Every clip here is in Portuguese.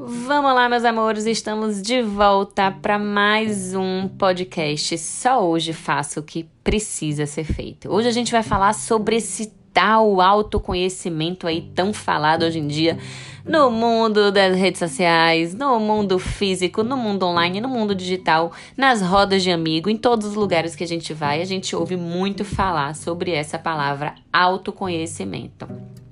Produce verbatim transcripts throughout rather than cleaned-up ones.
Vamos lá, meus amores, estamos de volta para mais um podcast. Só hoje faço o que precisa ser feito. Hoje a gente vai falar sobre esse tal autoconhecimento aí tão falado hoje em dia no mundo das redes sociais, no mundo físico, no mundo online, no mundo digital, nas rodas de amigo, em todos os lugares que a gente vai, a gente ouve muito falar sobre essa palavra autoconhecimento.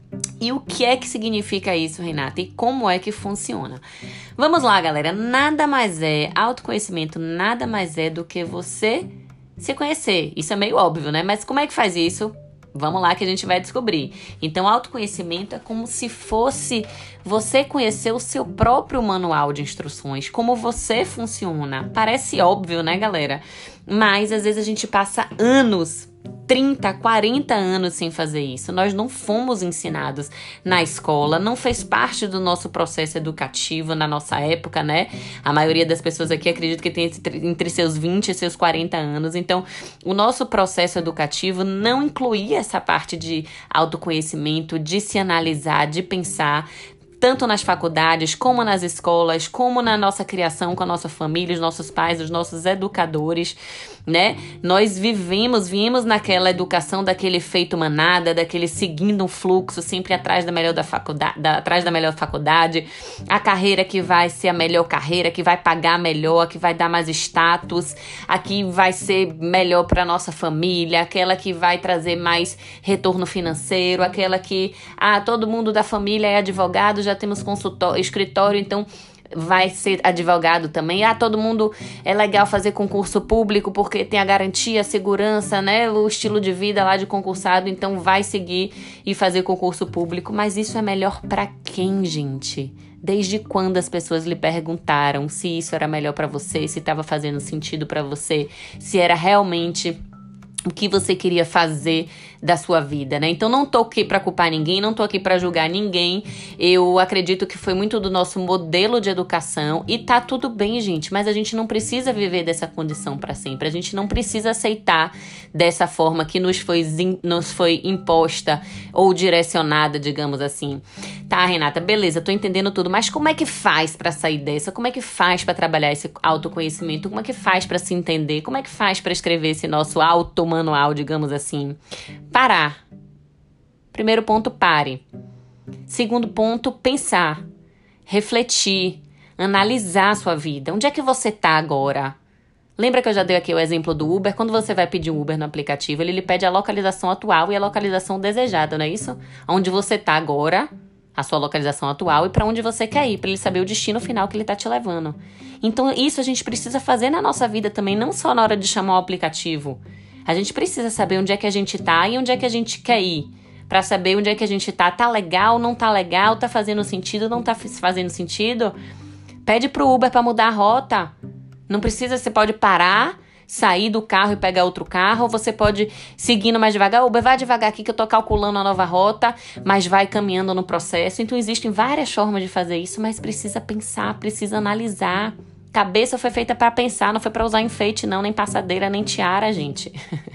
E o que é que significa isso, Renata? E como é que funciona? Vamos lá, galera. Nada mais é, autoconhecimento nada mais é do que você se conhecer. Isso é meio óbvio, né? Mas como é que faz isso? Vamos lá que a gente vai descobrir. Então, autoconhecimento é como se fosse você conhecer o seu próprio manual de instruções, como você funciona. Parece óbvio, né, galera? Mas, às vezes, a gente passa anos trinta, quarenta anos sem fazer isso. Nós não fomos ensinados na escola, não fez parte do nosso processo educativo na nossa época, né? A maioria das pessoas aqui acredito que tem entre seus vinte e seus quarenta anos. Então, o nosso processo educativo não incluía essa parte de autoconhecimento, de se analisar, de pensar, tanto nas faculdades, como nas escolas, como na nossa criação com a nossa família, os nossos pais, os nossos educadores, né? Nós vivemos, vimos naquela educação daquele efeito manada, daquele seguindo um fluxo, sempre atrás da melhor da faculdade, da, atrás da melhor faculdade, a carreira que vai ser a melhor carreira, que vai pagar melhor, que vai dar mais status, a que vai ser melhor para nossa família, aquela que vai trazer mais retorno financeiro, aquela que, ah, todo mundo da família é advogado, já temos consultório, escritório, então vai ser advogado também. Ah, todo mundo é legal fazer concurso público porque tem a garantia, a segurança, né? O estilo de vida lá de concursado, então vai seguir e fazer concurso público. Mas isso é melhor para quem, gente? Desde quando as pessoas lhe perguntaram se isso era melhor para você, se estava fazendo sentido para você, se era realmente o que você queria fazer da sua vida, né? Então, não tô aqui pra culpar ninguém, não tô aqui pra julgar ninguém. Eu acredito que foi muito do nosso modelo de educação e tá tudo bem, gente, mas a gente não precisa viver dessa condição pra sempre. A gente não precisa aceitar dessa forma que nos foi, nos foi imposta ou direcionada, digamos assim. Tá, Renata, beleza, tô entendendo tudo, mas como é que faz pra sair dessa? Como é que faz pra trabalhar esse autoconhecimento? Como é que faz pra se entender? Como é que faz pra escrever esse nosso automanual, digamos assim? Parar. Primeiro ponto, pare. Segundo ponto, pensar, refletir, analisar a sua vida. Onde é que você tá agora? Lembra que eu já dei aqui o exemplo do Uber? Quando você vai pedir um Uber no aplicativo, ele lhe pede a localização atual e a localização desejada, não é isso? Onde você tá agora, a sua localização atual e para onde você quer ir, para ele saber o destino final que ele tá te levando. Então, isso a gente precisa fazer na nossa vida também, não só na hora de chamar o aplicativo. A gente precisa saber onde é que a gente tá e onde é que a gente quer ir. Pra saber onde é que a gente tá. Tá legal, não tá legal, tá fazendo sentido, não tá fazendo sentido. Pede pro Uber pra mudar a rota. Não precisa, você pode parar, sair do carro e pegar outro carro. Ou você pode seguindo mais devagar. Uber, vai devagar aqui que eu tô calculando a nova rota, mas vai caminhando no processo. Então existem várias formas de fazer isso, mas precisa pensar, precisa analisar. Cabeça foi feita pra pensar, não foi pra usar enfeite não, nem passadeira, nem tiara, gente.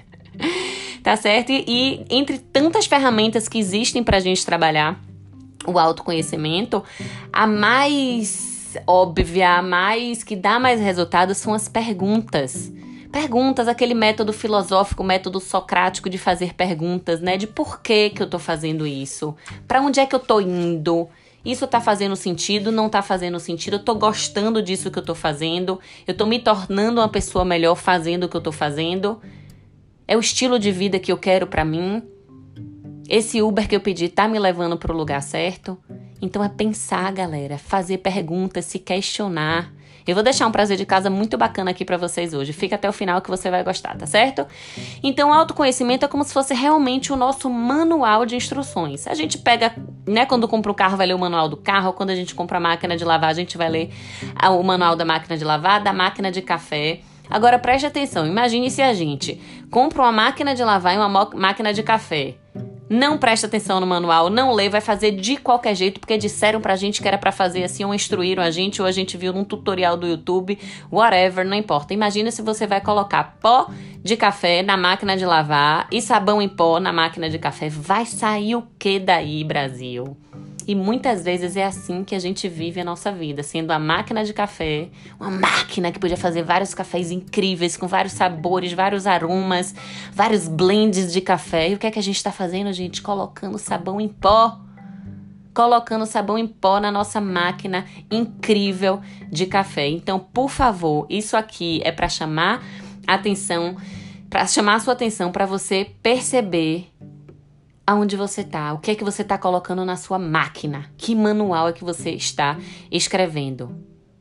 Tá certo? E, e entre tantas ferramentas que existem pra gente trabalhar o autoconhecimento, a mais óbvia, a mais que dá mais resultado são as perguntas. Perguntas, aquele método filosófico, método socrático de fazer perguntas, né? De por que que eu tô fazendo isso? Pra onde é que eu tô indo? Isso tá fazendo sentido, não tá fazendo sentido, eu tô gostando disso que eu tô fazendo, eu tô me tornando uma pessoa melhor fazendo o que eu tô fazendo, é o estilo de vida que eu quero pra mim, esse Uber que eu pedi tá me levando pro lugar certo? Então é pensar, galera, fazer perguntas, se questionar. Eu vou deixar um prazer de casa muito bacana aqui pra vocês hoje. Fica até o final que você vai gostar, tá certo? Então, o autoconhecimento é como se fosse realmente o nosso manual de instruções. A gente pega, né, quando compra um carro, vai ler o manual do carro. Quando a gente compra a máquina de lavar, a gente vai ler o manual da máquina de lavar, da máquina de café. Agora, preste atenção. Imagine se a gente compra uma máquina de lavar e uma máquina de café. Não presta atenção no manual, não lê, vai fazer de qualquer jeito, porque disseram pra gente que era pra fazer assim, ou instruíram a gente, ou a gente viu num tutorial do YouTube, whatever, não importa. Imagina se você vai colocar pó de café na máquina de lavar e sabão em pó na máquina de café. Vai sair o que daí, Brasil? E muitas vezes é assim que a gente vive a nossa vida, sendo a máquina de café, uma máquina que podia fazer vários cafés incríveis, com vários sabores, vários aromas, vários blends de café. E o que é que a gente está fazendo, gente? Colocando sabão em pó. Colocando sabão em pó na nossa máquina incrível de café. Então, por favor, isso aqui é para chamar a atenção, para chamar a sua atenção, para você perceber aonde você tá, o que é que você tá colocando na sua máquina, que manual é que você está escrevendo,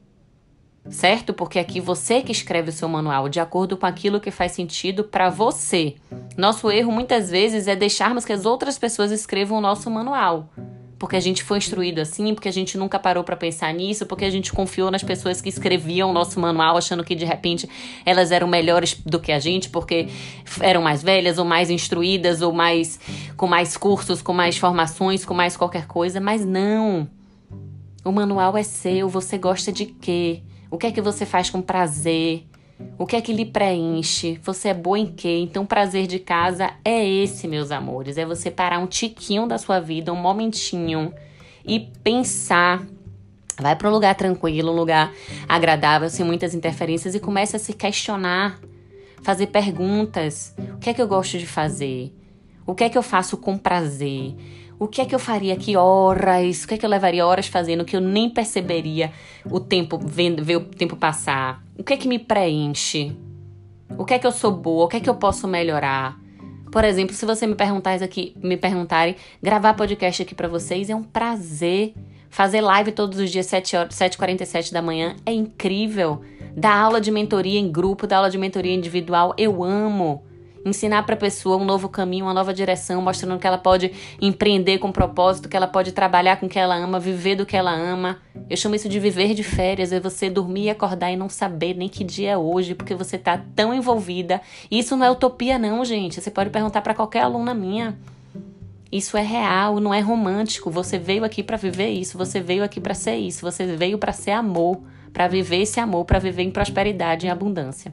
certo? Porque aqui você que escreve o seu manual de acordo com aquilo que faz sentido para você. Nosso erro muitas vezes é deixarmos que as outras pessoas escrevam o nosso manual, porque a gente foi instruído assim, porque a gente nunca parou para pensar nisso, porque a gente confiou nas pessoas que escreviam o nosso manual, achando que de repente elas eram melhores do que a gente, porque eram mais velhas, ou mais instruídas, ou mais com mais cursos, com mais formações, com mais qualquer coisa. Mas não, o manual é seu. Você gosta de quê? O que é que você faz com prazer? O que é que lhe preenche? Você é boa em quê? Então, o prazer de casa é esse, meus amores. É você parar um tiquinho da sua vida, um momentinho, e pensar. Vai para um lugar tranquilo, um lugar agradável, sem muitas interferências, e comece a se questionar. Fazer perguntas. O que é que eu gosto de fazer? O que é que eu faço com prazer? O que é que eu faria aqui horas? O que é que eu levaria horas fazendo que eu nem perceberia o tempo, vendo, ver o tempo passar? O que é que me preenche? O que é que eu sou boa? O que é que eu posso melhorar? Por exemplo, se você me perguntar aqui, me perguntarem, gravar podcast aqui pra vocês é um prazer. Fazer live todos os dias, sete e quarenta e sete da manhã, é incrível. Dar aula de mentoria em grupo, dar aula de mentoria individual, eu amo. Ensinar para a pessoa um novo caminho, uma nova direção, mostrando que ela pode empreender com propósito, que ela pode trabalhar com o que ela ama, viver do que ela ama. Eu chamo isso de viver de férias, é você dormir e acordar e não saber nem que dia é hoje, porque você tá tão envolvida. Isso não é utopia não, gente. Você pode perguntar para qualquer aluna minha. Isso é real, não é romântico. Você veio aqui para viver isso, você veio aqui para ser isso, você veio para ser amor, para viver esse amor, para viver em prosperidade e abundância.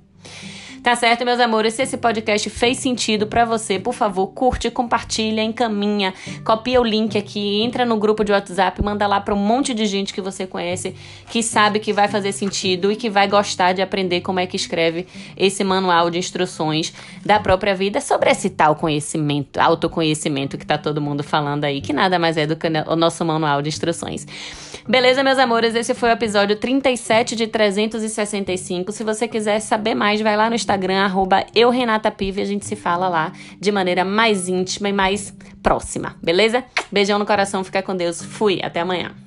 Tá certo, meus amores? Se esse podcast fez sentido pra você, por favor, curte, compartilha, encaminha, copia o link aqui, entra no grupo de WhatsApp, manda lá pra um monte de gente que você conhece, que sabe que vai fazer sentido e que vai gostar de aprender como é que escreve esse manual de instruções da própria vida sobre esse tal conhecimento, autoconhecimento que tá todo mundo falando aí, que nada mais é do que o nosso manual de instruções. Beleza, meus amores? Esse foi o episódio trinta e sete de trezentos e sessenta e cinco. Se você quiser saber mais, vai lá no Instagram, arroba eu, Renata Pive, a gente se fala lá de maneira mais íntima e mais próxima, beleza? Beijão no coração, fica com Deus. Fui, até amanhã.